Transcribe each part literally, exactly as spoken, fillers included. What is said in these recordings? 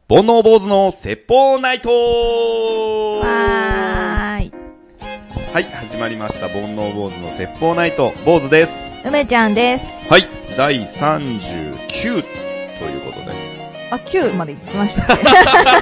煩悩坊主の説法ナイトわーい。 はい、始まりました。煩悩坊主の説法ナイト、坊主です。 梅ちゃんです。 はい、だいさんじゅうきゅうということで。 あ、きゅうまで行きましたっけ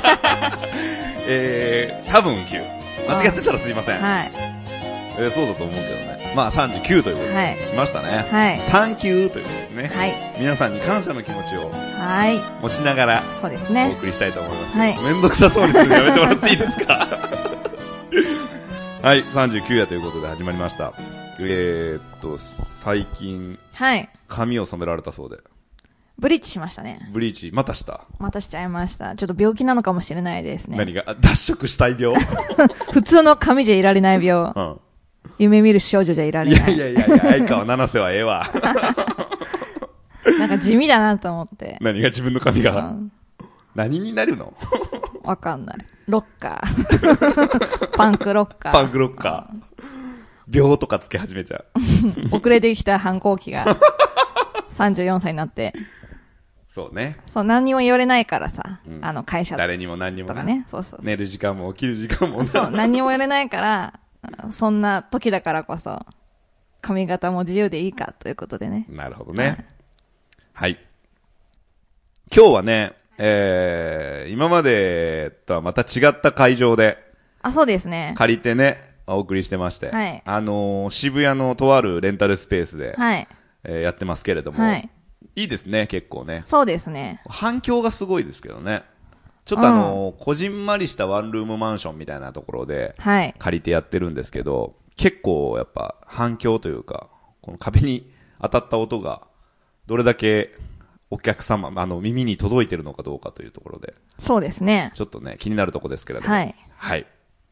えー、多分きゅう。間違ってたらすいません。 はい。 えー、そうだと思うけどね。まあさんじゅうきゅうということで、はい、来ましたね。 はい。 サンキューということですね。 はい。 皆さんに感謝の気持ちをはい。 持ちながら、 そうですね。 お送りしたいと思います。 はい。 めんどくさそうにするのやめてもらっていいですかはい、さんじゅうきゅう夜ということで始まりました。えーっと、最近、 はい。 髪を染められたそうで。 ブリーチしましたね。 ブリーチ、またしたまたしちゃいました。ちょっと病気なのかもしれないですね。 何が脱色したい病普通の髪じゃいられない病。うん。夢見る少女じゃいられない。 いやいやいやいや、相川七瀬はええわ。 なんか地味だなと思って。 何が自分の髪が、うん、何になるのわかんない。ロッカー。パンクロッカー。 パンクロッカー。秒とかつけ始めちゃう。 遅れてきた反抗期がさんじゅうよんさいになって。 そうね。 そう、何にも言われないからさ、うん、あの会社とかね。 誰にも何にもとかね。そうそうそう。 寝る時間も起きる時間もそう、何にも言われないから、そんな時だからこそ、髪型も自由でいいかということでね。 なるほどね。はい。はい、今日はね、えー、今までとはまた違った会場で。 あ、そうですね。 借りてね、お送りしてまして。 はい。 あのー、渋谷のとあるレンタルスペースで。 はい。 えー、やってますけれども。 はい。 いいですね、結構ね。 そうですね。 反響がすごいですけどね。ちょっとあのー、うん、こじんまりしたワンルームマンションみたいなところで。はい。借りてやってるんですけど、結構やっぱ反響というか、この壁に当たった音が、どれだけ、お客様、あの、耳に届いてるのかどうかというところで。 そうですね。 ちょっとね、気になるところですけれども。 はい。 はい。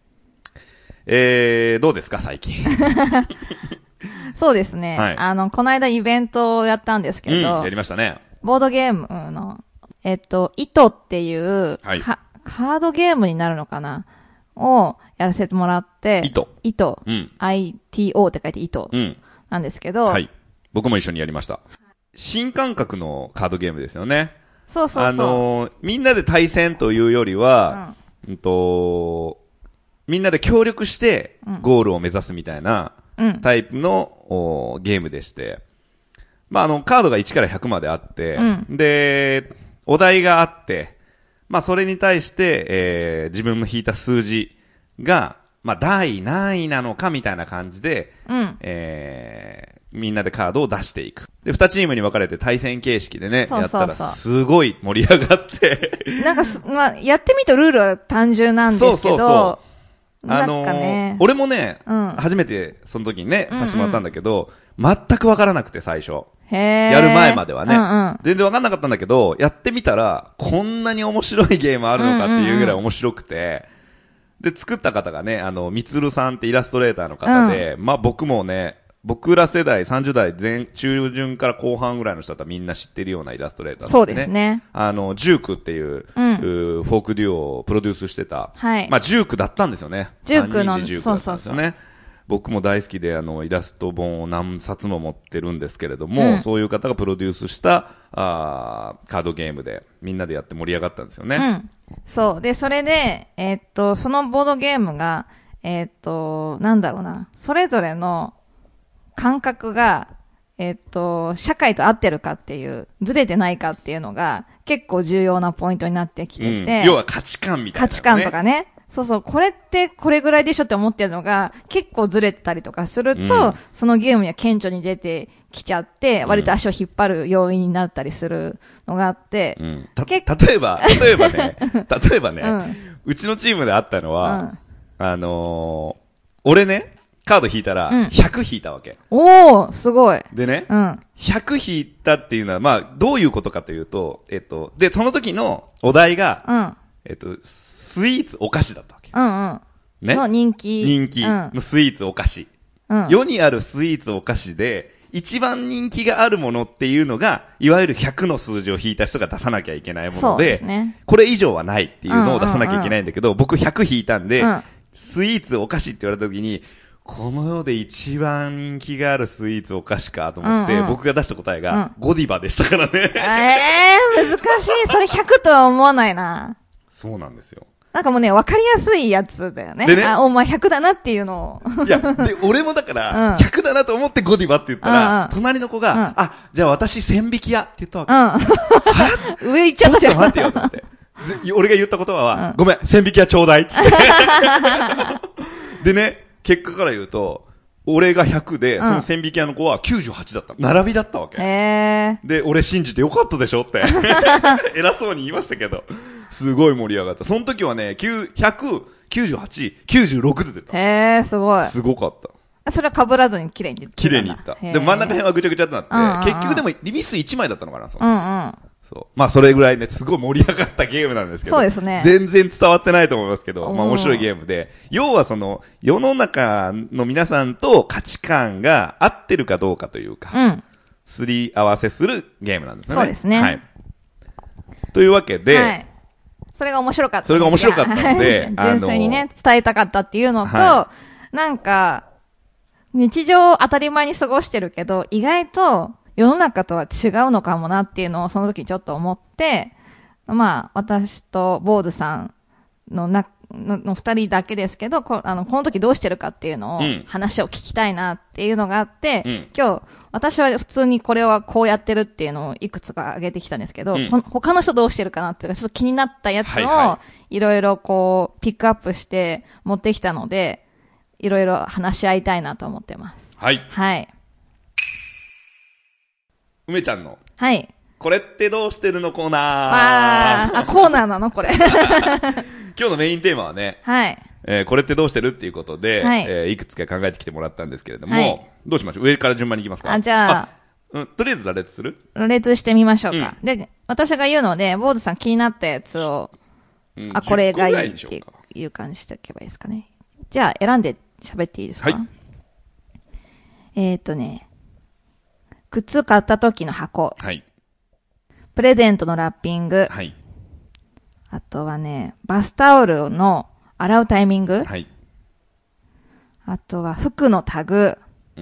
えー、どうですか、最近。 そうですね。はい。あの、この間イベントをやったんですけど。うん、 やりましたね。 ボードゲームの、えっと、糸っていう、はい、カードゲームになるのかなをやらせてもらって。 糸。 糸。 うん。 アイティーオー って書いて糸。うん。なんですけど。 はい。僕も一緒にやりました。新感覚のカードゲームですよね。 そうそうそう。 あのー、みんなで対戦というよりは、うん、うんと、みんなで協力してゴールを目指すみたいなタイプの、うん、ゲームでして、まあ、あの、カードがいちからひゃくまであって、うん、で、お題があって、まあ、それに対して、えー、自分の引いた数字が、まあ、第何位なのかみたいな感じで、うん、えー、みんなでカードを出していく。で、二チームに分かれて対戦形式でね、そうそうそうやったらすごい盛り上がってなんかす、まあ、やってみるとルールは単純なんですけど、そうそうそう。 あのー、ね、俺もね、うん、初めてその時にね、させてもらったんだけど、うんうん、全く分からなくて最初。 へー。 やる前まではね、 うんうん。 全然分かんなかったんだけど、やってみたら、こんなに面白いゲームあるのかっていうぐらい面白くて、うんうんうん、で、作った方がね、あの、みつるさんってイラストレーターの方で、うん、まあ僕もね、僕ら世代、さんじゅう代前、中旬から後半ぐらいの人だったらみんな知ってるようなイラストレーターなんで、ね。 そうですね。 あの、ジュークっていう、うん、うフォークデュオをプロデュースしてた。はい。まあ、ジュークだったんですよね。 ジュークの、 ジュークだったんですよね。そうそうそう。僕も大好きで、あの、イラスト本を何冊も持ってるんですけれども、うん、そういう方がプロデュースした、あーカードゲームで、みんなでやって盛り上がったんですよね。 うん。そう。で、それで、えー、っと、そのボードゲームが、えー、っと、なんだろうな、それぞれの、感覚が、えっと、社会と合ってるかっていう、ずれてないかっていうのが、結構重要なポイントになってきてて。 うん、要は価値観みたいな、ね。 価値観とかね。そうそう、これってこれぐらいでしょって思ってるのが、結構ずれたりとかすると、うん、そのゲームには顕著に出てきちゃって、割と足を引っ張る要因になったりするのがあって。 うん、た、例えば、例えばね、例えばね、うん、うちのチームであったのは、うん、あのー、俺ね、カード引いたら、ひゃく引いたわけ。 うん、おー、すごい。 でね、うん、ひゃく引いたっていうのは、まあ、どういうことかというと、えっと、で、その時のお題が、うん、えっと、スイーツお菓子だったわけ。 うんうん。ね。の人気。 人気のスイーツお菓子。うん。世にあるスイーツお菓子で、一番人気があるものっていうのが、いわゆるひゃくの数字を引いた人が出さなきゃいけないもので、そうですね。これ以上はないっていうのを出さなきゃいけないんだけど、うんうんうん、僕ひゃく引いたんで、うん、スイーツお菓子って言われた時に、この世で一番人気があるスイーツお菓子かと思って、うんうん、僕が出した答えが、ゴディバでしたからね。 ええー、難しい。それひゃくとは思わないな。 そうなんですよ。 なんかもうね、わかりやすいやつだよね。 でね。 あ、お前ひゃくだなっていうのを。 いや、で、俺もだから、ひゃくだなと思ってゴディバって言ったら、うんうん、隣の子が、うん、あ、じゃあ私千匹屋って言ったわけ。うん。は上行っちゃったじゃん。 ちょっと待ってよと思って。俺が言った言葉は、うん、ごめん、千匹屋ちょうだいっつって。でね、結果から言うと、俺がひゃくで、その千匹屋の子はきゅうじゅうはちだった。並びだったわけ。 へで、俺信じてよかったでしょって。偉そうに言いましたけど。すごい盛り上がった。その時はね、ひゃく、きゅうじゅうはち、きゅうじゅうろくで出た。 へー、すごい。 すごかった。 それは被らずに綺麗に出た。 綺麗にいった。で、真ん中辺はぐちゃぐちゃってなって、うんうんうん、結局でもリミスいちまいだったのかな、その。 うんうん。 そう。まあ、それぐらいね、すごい盛り上がったゲームなんですけど。 そうですね。 全然伝わってないと思いますけど、まあ、面白いゲームで。要はその、世の中の皆さんと価値観が合ってるかどうかというか、うん。すり合わせするゲームなんですね。 そうですね。 はい。というわけで、はい。 それが面白かった。 それが面白かったので、 純粋にね、伝えたかったっていうのと、はい、なんか、日常当たり前に過ごしてるけど、意外と世の中とは違うのかもなっていうのをその時ちょっと思って、まあ、私とボードさんのな、の、の二人だけですけど、こあの、この時どうしてるかっていうのを、話を聞きたいなっていうのがあって、うん、今日、私は普通にこれはこうやってるっていうのをいくつか挙げてきたんですけど、うん、他の人どうしてるかなっていうか、ちょっと気になったやつを、いろいろこう、ピックアップして持ってきたので、いろいろ話し合いたいなと思ってます。 はい。 はい。 梅ちゃんの。 はい。 これってどうしてるのコーナー。 あー、あ、コーナーなのこれ。 今日のメインテーマはね。 はい。 えー、これってどうしてるっていうことで、はい、えー、いくつか考えてきてもらったんですけれども、はい、どうしましょう、上から順番に行きますか。 あ、じゃあ、 うん、とりあえず羅列する羅列してみましょうか。うん、で、私が言うので、ボードさん気になったやつを、うん、あ、これがいいっていう感じしておけばいいですかね。じゃあ、選んで喋っていいですか。はい。えーっとね、靴買った時の箱。 はい。 プレゼントのラッピング。 はい。 あとはね、バスタオルの洗うタイミング。 はい。 あとは服のタグ。 うん。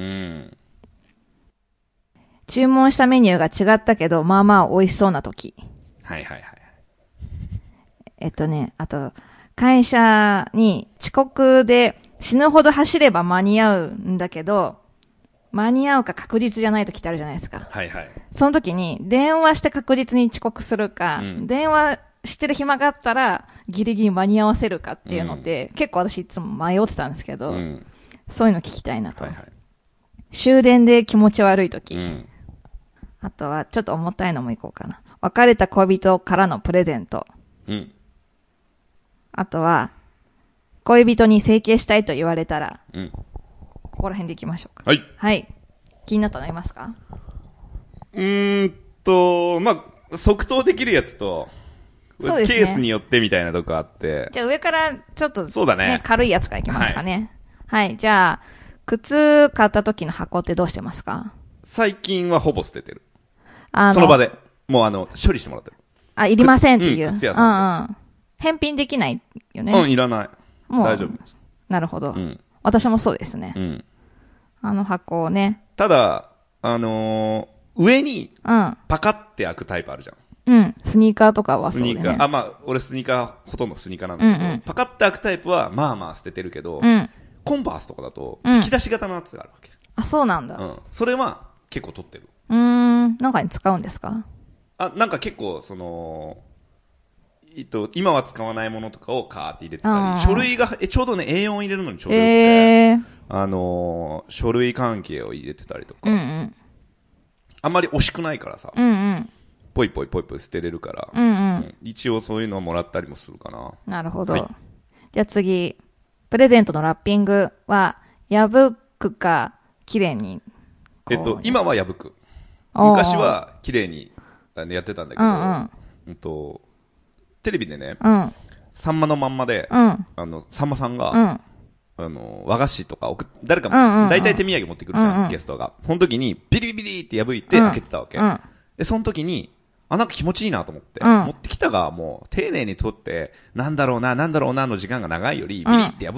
注文したメニューが違ったけど、まあまあ美味しそうな時。 はいはいはい。 えっとね、あと、会社に遅刻で死ぬほど走れば間に合うんだけど、間に合うか確実じゃない時ってあるじゃないですか。 はいはい。 その時に電話して確実に遅刻するか、うん、電話してる暇があったらギリギリ間に合わせるかっていうので、うん、結構私いつも迷ってたんですけど、うん、そういうの聞きたいなと。はいはい、終電で気持ち悪い時、うん、あとはちょっと重たいのもいこうかな。別れた恋人からのプレゼント。うん、あとは、恋人に整形したいと言われたら、うん、ここら辺でいきましょうか。 はい。 はい。気になったのありますか？ うーんと、まあ、即答できるやつと、そうですね、ケースによってみたいなとこあって。 じゃあ上からちょっと、ね、 そうだね。 軽いやつからいきますかね。はい。はい。じゃあ、靴買った時の箱ってどうしてますか？ 最近はほぼ捨ててる。あの、その場で。もうあの、処理してもらってる。 あ、いりませんっていう。 うん、靴屋さん。 うんうん。返品できないよね。 うん、いらない。もう。大丈夫。 なるほど。うん。私もそうですね。うん。あの箱をね。 ただ、あのー、上に、うん。パカって開くタイプあるじゃん。 うん。スニーカーとかはそうだね。 スニーカー。あ、まあ、俺スニーカー、ほとんどスニーカーなんだけど、うんうん、パカって開くタイプは、まあまあ捨ててるけど、うん。コンバースとかだと、引き出し型のやつがあるわけ。 うん、あ、そうなんだ。 うん。それは、結構取ってる。 うーん。なんかに使うんですか？ あ、なんか結構、その、えっと、今は使わないものとかをカーって入れてたり、書類が、え、ちょうどね、エーよん 入れるのにちょうどよくて、えー、あのー、書類関係を入れてたりとか、うんうん、あんまり惜しくないからさ、うんうん、ポイポイポイポイ捨てれるから、うんうんうん、一応そういうのをもらったりもするかな。 なるほど。はい、じゃあ次、プレゼントのラッピングは、破くか、綺麗に。 えっと、今は破く。昔は綺麗にやってたんだけど、うんうんうん、とテレビでね、うん、さんまのまんまで、うん、あの、さんまさんが、うん、あの、和菓子とか送っ、誰かも、うんうんうん、大体手土産持ってくるじゃん、うんうん、ゲストが。その時に、ビリビリって破いて開けてたわけ。うんうん、で、その時に、あ、なんか気持ちいいなと思って、うん、持ってきたがもう、丁寧に取って、なんだろうな、なんだろうなの時間が長いより、ビリって破って、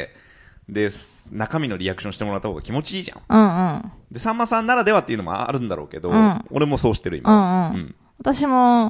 うん、で、中身のリアクションしてもらった方が気持ちいいじゃん。うんうん、で、さんまさんならではっていうのもあるんだろうけど、うん、俺もそうしてる今。 うんうんうん、私も、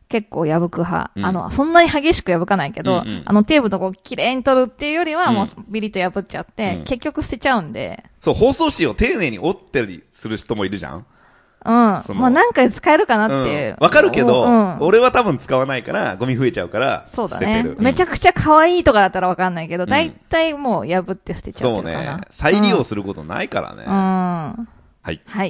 結構破く派。 うん、 あの、そんなに激しく破かないけど、うんうん、あのテープとこう綺麗に取るっていうよりは、もうビリッと破っちゃって、うん、結局捨てちゃうんで。 そう、包装紙を丁寧に折ったりする人もいるじゃん。 うん。まあ、なんか使えるかなっていう。 わ、うん、かるけど、うん、俺は多分使わないから、ゴミ増えちゃうから、 そうだね。うん、めちゃくちゃ可愛いとかだったらわかんないけど、だいたいもう破って捨てちゃってるかな。 そうね。再利用することないからね。 うん。はい。 はい。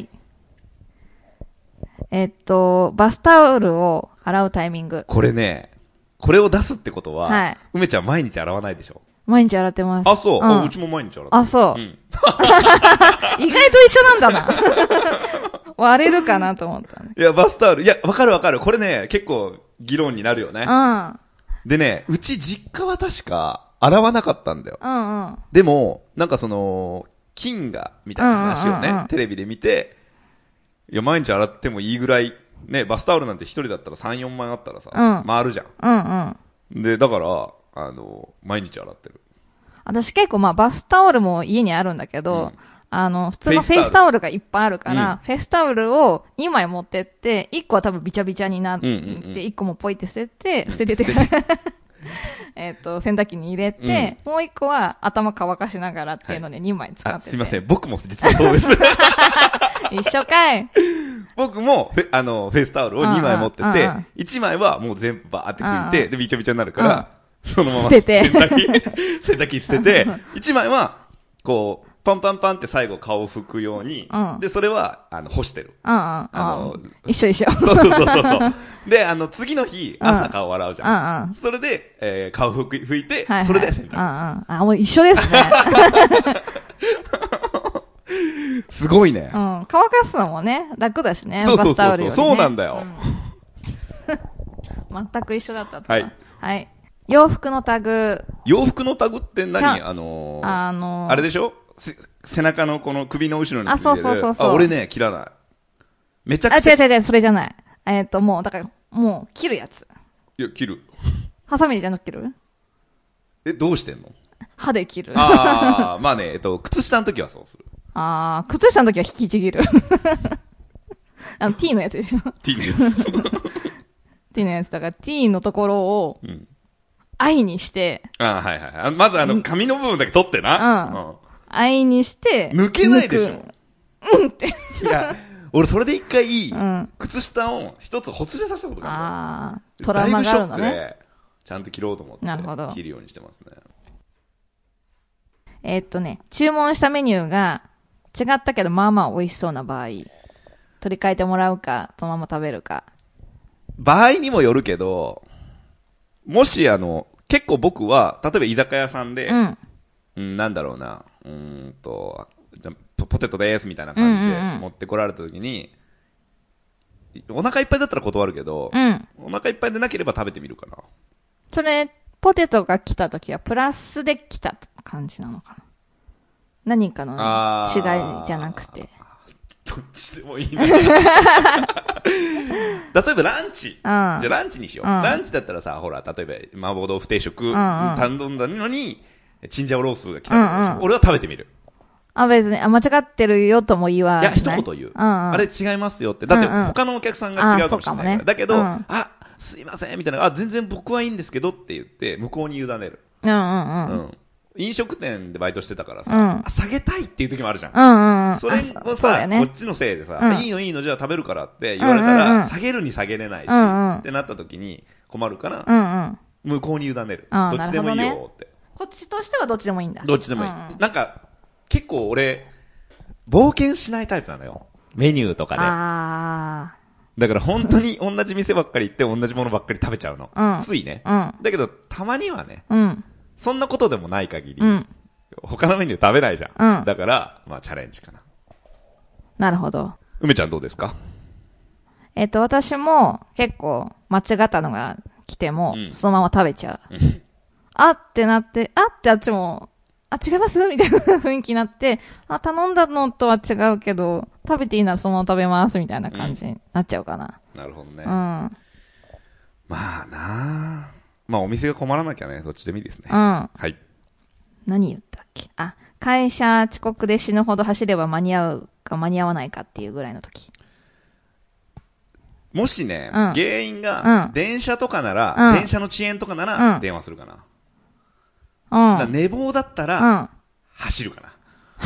えっと、バスタオルを洗うタイミング。 これね、これを出すってことは、はい、梅ちゃん毎日洗わないでしょ？ 毎日洗ってます。 あ、そう。うん、あ、うちも毎日洗ってる。 あ、そう。うん、意外と一緒なんだな。割れるかなと思ったね。 いや、バスタオル。いや、わかるわかる。これね、結構議論になるよね。 うん。 でね、うち実家は確か洗わなかったんだよ。 うんうん。 でも、なんかその、金が、みたいな話をね、うんうんうん、テレビで見て、いや、毎日洗ってもいいぐらい、ね、バスタオルなんて一人だったらさん、よんまいあったらさ、うん、回るじゃん。 うんうん。 で、だから、あの、毎日洗ってる。 私結構まあバスタオルも家にあるんだけど、うん、あの、普通のフェイスタオルがいっぱいあるから、うん、フェイスタオルをにまい持ってって、いっこは多分ビチャビチャになって、うんうんうん、いっこもポイって捨てて、捨ててて、えっと、洗濯機に入れて、うん、もういっこは頭乾かしながらっていうのでにまい使ってて、 はい、すいません、僕も実はそうです。 一緒かい。 僕もフェ、あの、フェイスタオルをにまい持ってて、いちまいはもう全部バーって拭いて、で、ビチャビチャになるから、そのまま捨てて洗濯機、洗濯機捨てて、いちまいは、こう、パンパンパンって最後顔を拭くように、うん、で、それは、あの、干してる。 うんうん、あの、一緒一緒。 そうそうそうそう。で、あの、次の日、朝顔洗うじゃん。うんうん、それで、えー、顔拭く拭いて、はいはい、それで洗濯。 うんうん、あ、もう一緒ですね。 すごいね。 うん。乾かすのもね、楽だしね。 そうそうそうそう。 バスタオルよりね、 そうなんだよ。 うん、全く一緒だったと。 はい。 はい。洋服のタグ。 洋服のタグって何？あのー、 あのー、 あれでしょ？背中のこの首の後ろにあ、そうそうそうそう。 あ、俺ね、切らない。めちゃくちゃ。あ、違う違う違う、それじゃない。えっと、もう、だから、もう、切るやつ。 いや、切る。 ハサミじゃなく切る？ え、どうしてんの？ 歯で切る。 ああ、まあね、えっと、靴下の時はそうする。 ああ、靴下の時は引きちぎる。あの、T のやつでしょ？ T のやつ。 T のやつだから、T のところを、うん、愛にして。 ああ、はいはい。まずあの、髪の部分だけ取ってな。 うん。うん、愛にして、 抜けないでしょ。 うんって。いや、俺それで一回、うん、靴下を一つほつれさせたことがある。 ああ、トラウマがあるのね。 だいぶショックで、ちゃんと切ろうと思って、 なるほど。 切るようにしてますね。 えー、っとね、注文したメニューが違ったけど、まあまあ美味しそうな場合、取り替えてもらうか、そのまま食べるか。 場合にもよるけど、もしあの、結構僕は、例えば居酒屋さんで、うん、うん、なんだろうな、うーんと、ポテトですみたいな感じで持ってこられた時に、うんうんうん、お腹いっぱいだったら断るけど、うん、お腹いっぱいでなければ食べてみるかな。 それ、ポテトが来た時はプラスで来た感じなのかな。何かの違いじゃなくて。 どっちでもいいな。例えばランチ、うん。じゃあランチにしよう、うん。ランチだったらさ、ほら、例えば麻婆豆腐定食、うんうん、頼んだのに、チンジャオロースが来た、うんうん。俺は食べてみる。 あ、別に、あ、間違ってるよとも言わない。 いや、一言言う、うんうん。あれ違いますよって。だって他のお客さんが違うかもしれないから。うんうん、だけど、うん、あ、すいませんみたいな。あ、全然僕はいいんですけどって言って、向こうに委ねる。 うんうんうん。うん飲食店でバイトしてたからさ、うん、下げたいっていう時もあるじゃん。 うんうん、 それをさ、ね、こっちのせいでさ、うん、いいのいいのじゃあ食べるからって言われたら、うんうんうん、下げるに下げれないし、うんうん、ってなった時に困るから、うんうん、向こうに委ねる。どっちでもいいよって、ね。 こっちとしてはどっちでもいいんだ。 どっちでもいい。うんうん、なんか、結構俺、冒険しないタイプなのよ。メニューとかで。 あだから本当に同じ店ばっかり行って同じものばっかり食べちゃうの。うん、ついね、うん。だけど、たまにはね、うんそんなことでもない限り、うん、他のメニュー食べないじゃん。うん、だから、まあチャレンジかな。 なるほど。 梅ちゃんどうですか？ えっと、私も結構間違ったのが来ても、うん、そのまま食べちゃう。あってなって、あってあっちも、あ、違いますみたいな雰囲気になって、あ、頼んだのとは違うけど、食べていいならそのまま食べますみたいな感じになっちゃうかな。 うん、なるほどね。 うん。まあなあ。まあお店が困らなきゃね、どっちでもいいですね。 うん。はい。 何言ったっけ？あ、会社遅刻で死ぬほど走れば間に合うか間に合わないかっていうぐらいの時。 もしね、 うん、 原因が、電車とかなら、うん、電車の遅延とかなら、電話するかな。うん。だ寝坊だったら、うん、走るかな。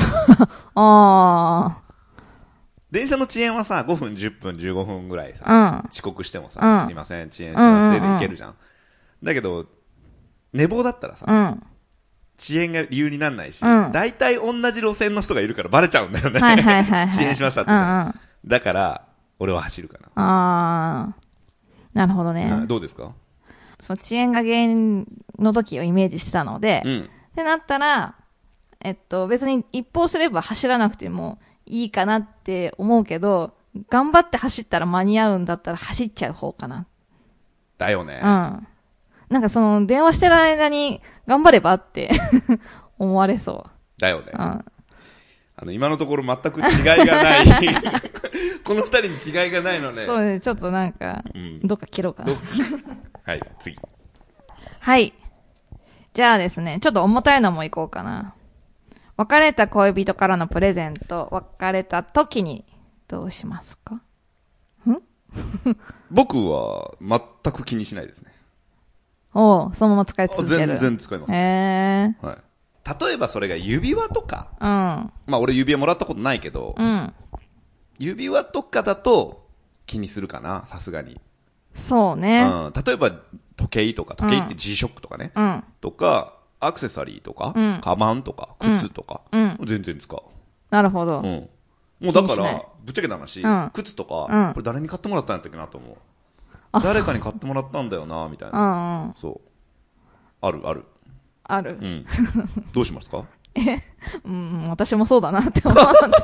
あー。電車の遅延はさ、ごふん、じゅっぷん、じゅうごふんぐらいさ、うん、遅刻してもさ、うん、すいません、遅延しましてでいけるじゃん。うんうんうん、だけど、寝坊だったらさ、うん、遅延が理由にならないし、うん、大体同じ路線の人がいるからバレちゃうんだよね。はいはいはい、はい。遅延しましたって、うんうん。だから、俺は走るかな。 あー。なるほどね。 どうですか？ そう、遅延が原因の時をイメージしてたので、うん、ってなったら、えっと、別に一方すれば走らなくてもいいかなって思うけど、頑張って走ったら間に合うんだったら走っちゃう方かな。 だよね。 うん。なんかその、電話してる間に頑張ればって思われそう。 だよね。うん。あの、今のところ全く違いがない。この二人に違いがないのね。 そうね、ちょっとなんか、うん、どっか切ろうかな。 はい、次。 はい。じゃあですね、ちょっと重たいのもいこうかな。別れた恋人からのプレゼント、別れた時にどうしますか？ん僕は全く気にしないですね。 おう、そのまま使い続ける。 全然使います。 へー。 はい。例えばそれが指輪とか。うん。まあ俺指輪もらったことないけど。うん。指輪とかだと気にするかな、さすがに。 そうね。 うん。例えば時計とか、時計って G ショックとかね。うん。とか、アクセサリーとか、うん、カバンとか、靴とか、うん、全然使う。 なるほど。 うん。もうだから、ぶっちゃけた話、うん、靴とか、うん、これ誰に買ってもらったんやったっけなと思う。誰かに買ってもらったんだよな、みたいな。うんうん、そう。ある、ある。 ある。 うん。どうしますか？ え、うん、私もそうだなって思わんで。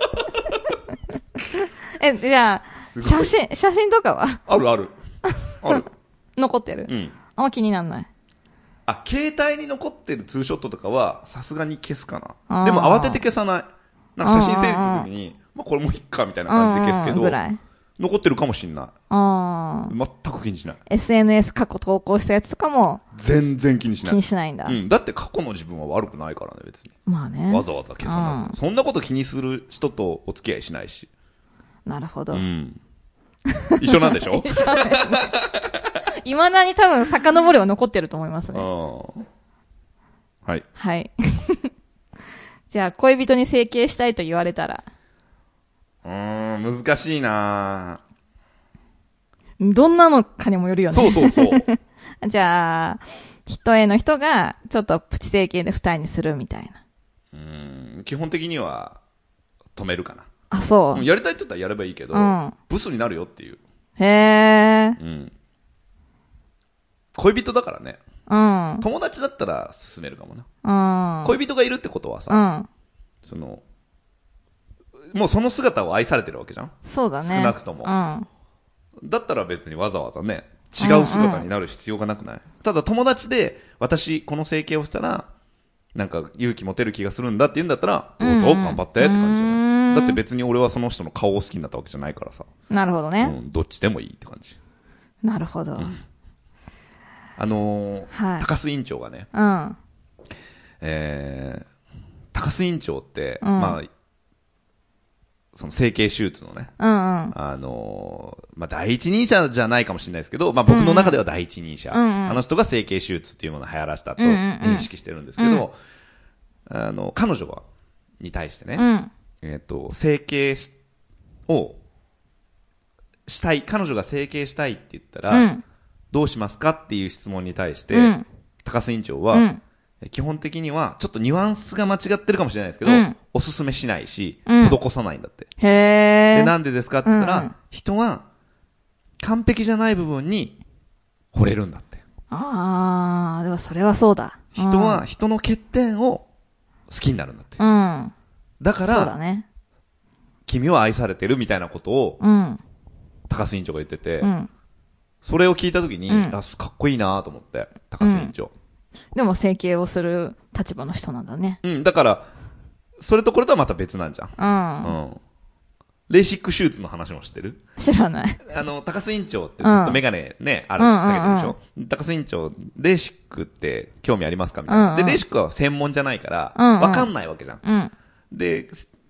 え、じゃあ、写真、写真とかはあるある。ある。 残ってる？うん。あんま気になんない。 あ、携帯に残ってるツーショットとかは、さすがに消すかな。でも慌てて消さない。なんか写真整理した時に、まあこれもいっか、みたいな感じで消すけど、ぐらい残ってるかもしんない。あ全く気にしない。 エスエヌエス 過去投稿したやつとかも、 全然気にしない。 気にしないんだ。 うん。だって過去の自分は悪くないからね、別に。 まあね。 わざわざ消さなくて。そんなこと気にする人とお付き合いしないし。 なるほど。 うん。一緒なんでしょ？一緒ですね。 未だに多分遡りは残ってると思いますね。 はい。 はい。じゃあ、恋人に整形したいと言われたら。 うーん、難しいなどんなのかにもよるよね。 そうそうそう。 じゃあ、人への人が、ちょっとプチ整形で二重にするみたいな。 うーん、基本的には、止めるかな。 あ、そう。 やりたいって言ったらやればいいけど、うん、ブスになるよっていう。 へー。 うん。恋人だからね。うん。友達だったら進めるかもな。うん。恋人がいるってことはさ、うん。その、もうその姿を愛されてるわけじゃん？ そうだね。 少なくとも。うん。だったら別にわざわざね、違う姿になる必要がなくない？うんうん、ただ友達で、私、この整形をしたら、なんか勇気持てる気がするんだって言うんだったら、どうぞ、頑張ってって感じじゃない？だって別に俺はその人の顔を好きになったわけじゃないからさ。 なるほどね。 うん、どっちでもいいって感じ。 なるほど。うんあのーはい、高須院長がね、うん、えー、高須院長って、うん、まあ、その整形手術のね、うんうん、あのー、まあ、第一人者じゃないかもしれないですけど、まあ、僕の中では第一人者、うんうん、あの人が整形手術っていうものを流行らせたと認識してるんですけど、うんうん、あの、彼女は、に対してね、うん、えっと、整形をしたい、彼女が整形したいって言ったら、うんどうしますかっていう質問に対して、うん、高須院長は、うん、基本的には、ちょっとニュアンスが間違ってるかもしれないですけど、うん、おすすめしないし、うん、施さないんだって。 へー。 で、なんでですかって言ったら、うんうん、人は、完璧じゃない部分に、惚れるんだって。 あー、でもそれはそうだ。 人は、人の欠点を好きになるんだって。うん。だから、 そうだね。 君は愛されてるみたいなことを、うん、高須院長が言ってて、うんそれを聞いたときに、うん、かっこいいなと思って、高須院長、 うん。でも整形をする立場の人なんだね。 うん、だから、それとこれとはまた別なんじゃん。うん。うん。レーシック手術の話も知ってる？ 知らない。 あの、高須院長ってずっとメガネね、うん、ある、かけてるでしょ、うんうんうん、高須院長、レーシックって興味ありますかみたいな、うんうん。で、レーシックは専門じゃないから、わ、うんうん、かんないわけじゃん。うん、で、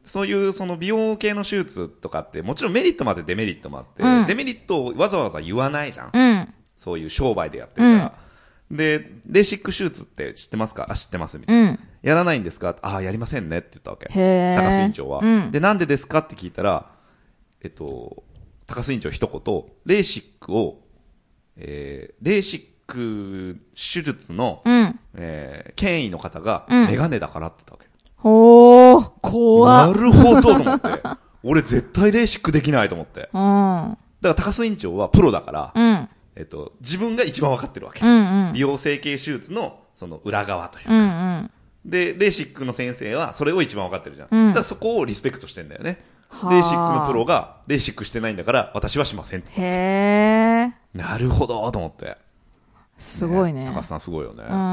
そういうその美容系の手術とかってもちろんメリットもあってデメリットもあって、 うん、 デメリットをわざわざ言わないじゃん。 うん、 そういう商売でやってるから。うん、で、レーシック手術って知ってますか？あ、知ってますみたいな。うん、やらないんですか？ああ、やりませんねって言ったわけ。 へー。 高須院長は、 うん。 で、なんでですかって聞いたら、えっと、高須院長一言、レーシックを、えー、レーシック手術の、うん、えー、権威の方がメガネだからって言ったわけ。 ほー、怖っ。なるほどと思って。俺絶対レーシックできないと思って。 うん。だから高須院長はプロだから、 うん。 えっと、自分が一番わかってるわけ。 うんうん、 美容整形手術の、その裏側というか。 うんうん、 で、レーシックの先生はそれを一番わかってるじゃん。 うん、 だからそこをリスペクトしてんだよね。レーシックのプロがレーシックしてないんだから私はしませんって。 へー。 なるほどと思って。 すごいね。 高須さんすごいよね。 うん。うん、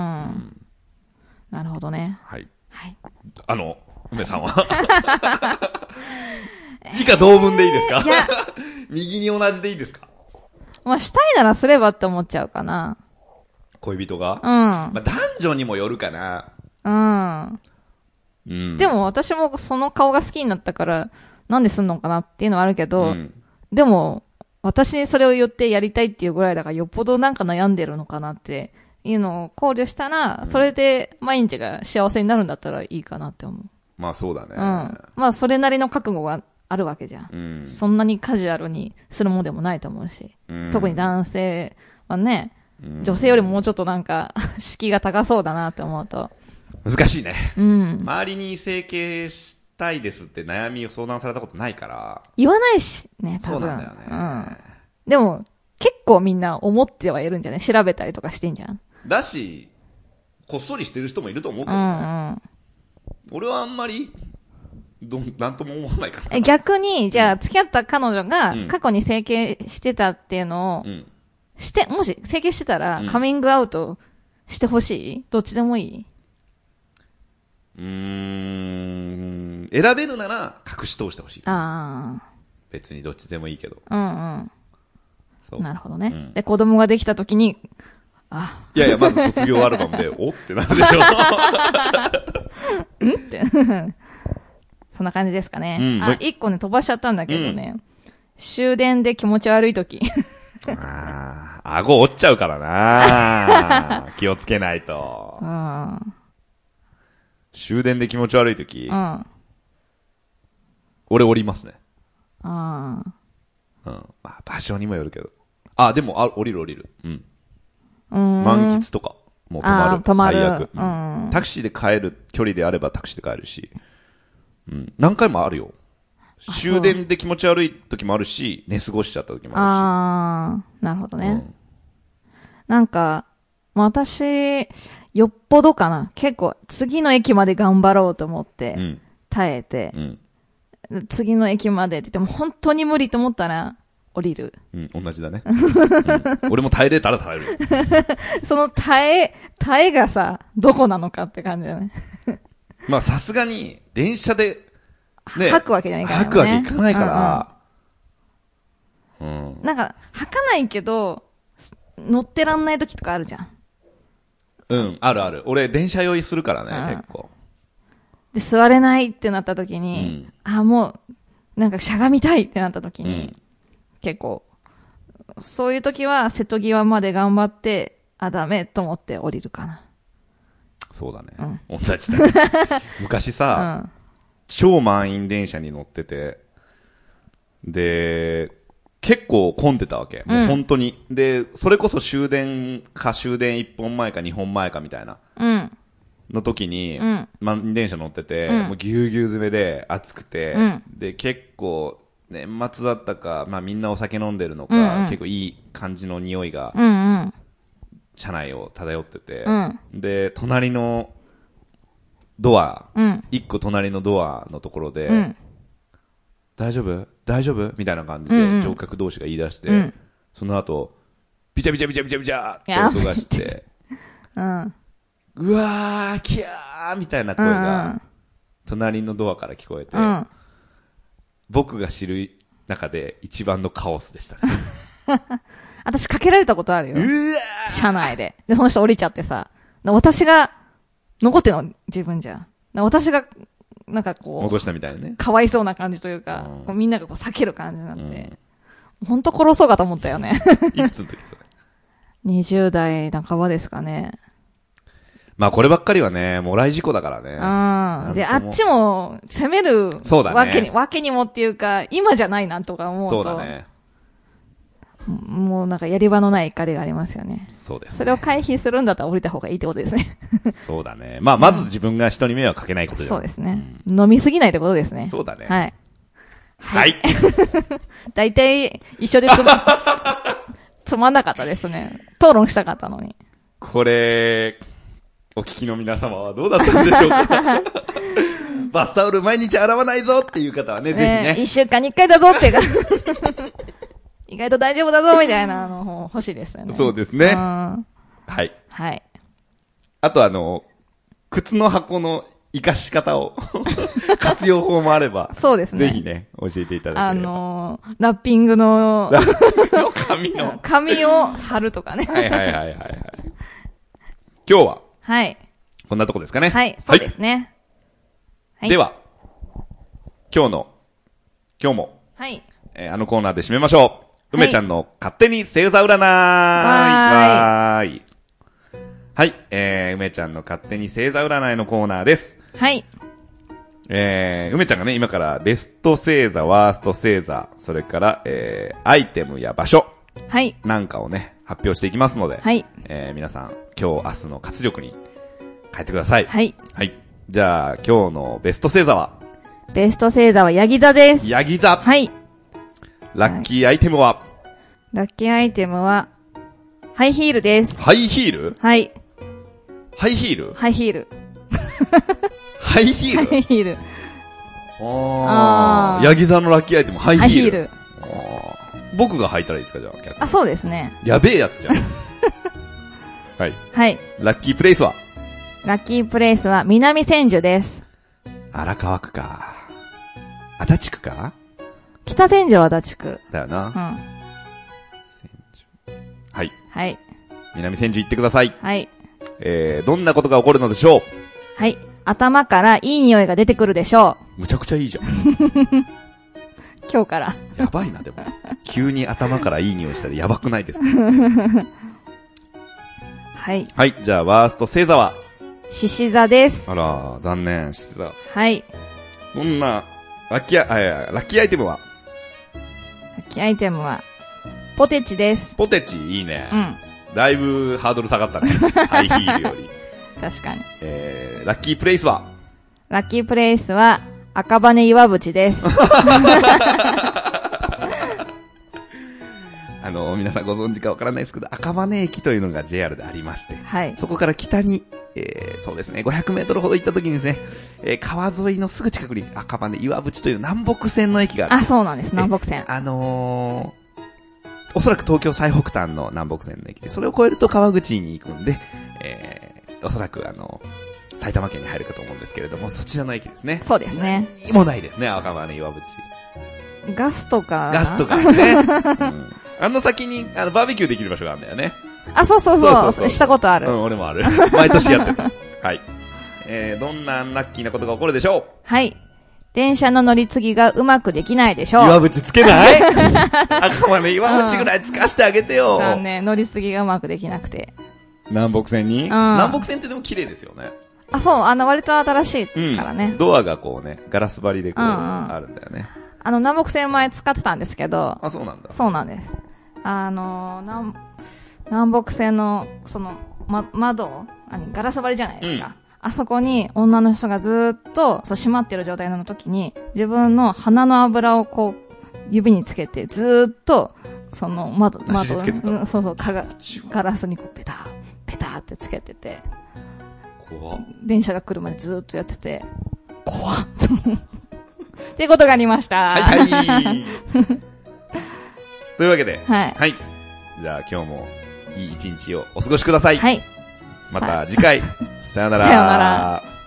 なるほどね。 はい。 はい。 あの、梅さんは以下同文でいいですか？いや右に同じでいいですか？ まあ、したいならすればって思っちゃうかな。 恋人が？うん。 まあ、男女にもよるかな。 うん。うん。でも私もその顔が好きになったから、なんですんのかなっていうのはあるけど、うん、でも、私にそれを言ってやりたいっていうぐらいだから、よっぽどなんか悩んでるのかなっていうのを考慮したら、うん、それで毎日が幸せになるんだったらいいかなって思う。 まあそうだね。うん。 まあそれなりの覚悟があるわけじゃん。うん、そんなにカジュアルにするもんでもないと思うし。うん、特に男性はね、うん、女性よりももうちょっとなんか、敷居が高そうだなって思うと。 難しいね。 うん。 周りに整形したいですって悩みを相談されたことないから。 言わないしね、多分。 そうなんだよね。うん。 でも、結構みんな思ってはいるんじゃない？調べたりとかしてんじゃん。 だし、こっそりしてる人もいると思うけどね。うんうん、俺はあんまり、どなんとも思わないかな。 逆に、じゃあ、付き合った彼女が過去に整形してたっていうのを、うん、して、もし整形してたら、カミングアウトしてほしい？どっちでもいい？ うーん、選べるなら隠し通してほしい。ああ。別にどっちでもいいけど。 うんうん。そう。なるほどね。うん、で、子供ができた時に、あいやいや、まず卒業アルバムで、おってなるでしょ。 んって。そんな感じですかね。うん、あ、一個ね、飛ばしちゃったんだけどね。うん、終電で気持ち悪い時。 ああ、顎折っちゃうからな。気をつけないと。うん終電で気持ち悪いとき、うん、俺降りますね。ああ。うん。まあ、場所にもよるけど。あ、でも、あ、降りる降りる。うん。うん満喫とか、もう止まる。 止まる。 最悪、うん。タクシーで帰る距離であればタクシーで帰るし。うん。何回もあるよ。終電で気持ち悪い時もあるし、寝過ごしちゃった時もあるし。ああ、なるほどね。うん、なんか、私、よっぽどかな。結構、次の駅まで頑張ろうと思って、うん、耐えて、うん、次の駅までって言っても本当に無理と思ったら、降りる。 うん、同じだね。うん、俺も耐えれたら耐える。 その耐え、耐えがさ、どこなのかって感じだね。 まあ、さすがに、電車で、 ね、吐くわけじゃないからね。 吐くわけいかないから、 うんうんうん、なんか、吐かないけど、乗ってらんない時とかあるじゃん。 うん、あるある。俺、電車用意するからね、うん、結構。 で、座れないってなった時に、うん、あ、もう、なんかしゃがみたいってなった時に、うん、結構、そういう時は、瀬戸際まで頑張って、あ、ダメと思って降りるかな。 そうだね。うん、同じだ、ね。昔さ、うん、超満員電車に乗ってて、で、結構混んでたわけ。もう本当に。うん、で、それこそ終電か終電いっぽんまえかにほんまえかみたいな。うん。の時に、うん、満員電車乗ってて、うん、もうぎゅうぎゅう詰めで暑くて、うん、で、結構、年末だったか、まあみんなお酒飲んでるのか、うんうん、結構いい感じの匂いが、うんうん、車内を漂ってて、うん、で、隣のドア、うん、一個隣のドアのところで、うん大丈夫大丈夫みたいな感じで乗客同士が言い出して、うん、その後、ビチャビチャビチャビチャビチャって音がして、うん、うわー、キャーみたいな声が、隣のドアから聞こえて、うん、僕が知る中で一番のカオスでしたね。 私かけられたことあるよ。うわー車内で。で、その人降りちゃってさ、私が残ってるの自分じゃん。私がなんかこう、 戻したみたいなね。 かわいそうな感じというか、 うん、 こうみんながこう避ける感じになって、うん、ほんと殺そうかと思ったよね。 いくつの時それ？ にじゅう代半ばですかね。 まあこればっかりはね、もらい事故だからね。 うん。で、あっちも攻めるわけに、ね、わけにもっていうか、今じゃないなとか思うと。 そうだね。 もうなんかやり場のない怒りがありますよね。 そうですね。 それを回避するんだったら降りた方がいいってことですね。 そうだね。まあまず自分が人に迷惑かけないことで、うん、 そうですね、うん。飲みすぎないってことですね。 そうだね。 はい。 はい。 大体一緒でつま、つまんなかったですね。討論したかったのに。 これ、お聞きの皆様はどうだったんでしょうか。バスタオル毎日洗わないぞっていう方はね、ぜひね。 一週間に一回だぞっていうか。意外と大丈夫だぞみたいなの欲しいですよね。 そうですね。はい。 はい。 あとあの、靴の箱の活かし方を、活用法もあれば。 そうですね。 ぜひね、教えていただければ。 あのー、ラッピングの、 ラッピングの紙の。 紙を貼るとかね。 はいはいはいはいはい。今日ははい。 こんなとこですかね。 はい、そうですね。 はい、では、今日の、今日も、 はい。 えー、あのコーナーで締めましょう。梅ちゃんの勝手に星座占い。わーい。はい。えー、梅ちゃんの勝手に星座占いのコーナーです。 はい。 えー、梅ちゃんがね、今からベスト星座、ワースト星座、それから、えー、アイテムや場所。 はい。 なんかをね、発表していきますので。 はい。 えー、皆さん、今日、明日の活力に変えてください。 はい。 はい。じゃあ、今日のベスト星座は？ ベスト星座はヤギ座です。 ヤギ座。 はい。 ラッキーアイテムは？ ラッキーアイテムは、ハイヒールです。 ハイヒール？ はい。 ハイヒール？ ハイヒール。 ハイヒール？ ハイヒール。 あー。ヤギ座のラッキーアイテム、ハイヒール。 ハイヒール。 僕が履いたらいいですか、じゃあ、逆に。 あ、そうですね。 やべえやつじゃん。はい。 はい。 ラッキープレイスは？ ラッキープレイスは南千住です。 荒川区か。足立区か？ 北千住は足立区。 だよな。うん。千住。はい。 はい。 南千住行ってください。 はい。 えー、どんなことが起こるのでしょう？ はい。頭からいい匂いが出てくるでしょう。むちゃくちゃいいじゃん。 今日から。 やばいな、でも。急に頭からいい匂いしたらやばくないですか？ はい。 はい。じゃあ、ワースト星座は？ 獅子座です。 あら、残念、獅子座。 はい。 どんな、ラッキー、あ、いや、ラッキーアイテムは？ ラッキーアイテムは、ポテチです。 ポテチ、いいね。 うん。 だいぶハードル下がったね。ハイヒールより。 確かに。 えー、ラッキープレイスは？ ラッキープレイスは、赤羽岩淵です。 あの、皆さんご存知かわからないですけど、赤羽駅というのが ジェイアール でありまして、 はい。 そこから北に、えー、そうですね、ごひゃくメートルほど行った時にですね、えー、川沿いのすぐ近くに赤羽岩淵という南北線の駅がある。 あ、そうなんです、南北線。 あのー、おそらく東京最北端の南北線の駅で、それを越えると川口に行くんで、えー、おそらくあの、埼玉県に入るかと思うんですけれども、そちらの駅ですね。 そうですね。 何もないですね、赤羽岩淵。 ガストか。 ガストかね。うんあの先に、あの、バーベキューできる場所があるんだよね。 あ、そうそうそう。そうそうそうしたことある。 うん、俺もある。毎年やってた。はい。えー、どんなアンラッキーなことが起こるでしょう？ はい。電車の乗り継ぎがうまくできないでしょう。 岩淵つけない赤羽岩淵ぐらいつかしてあげてよ。 残念。乗り継ぎがうまくできなくて。 南北線に、うん、南北線ってでも綺麗ですよね。 あ、そう。あの、割と新しいからね。 うん、ドアがこうね、ガラス張りでこう、うんうん、あるんだよね。 あの、南北線前使ってたんですけど。 あ、そうなんだ。 そうなんです。あの、南、南北線の、その、ま、窓あのガラス張りじゃないですか。うん、あそこに女の人がずーっと、そう、閉まってる状態の時に、自分の鼻の油をこう、指につけて、ずーっと、その、窓、窓、うん、そうそう、かが、ガラスにこう、ペター、ペターってつけてて。 怖っ。 電車が来るまでずーっとやってて、怖っ。っていうことがありました。 はいはい。というわけで、 はい。 はい。じゃあ今日もいい一日をお過ごしください。 はい。 また次回、さよなら。 さよなら。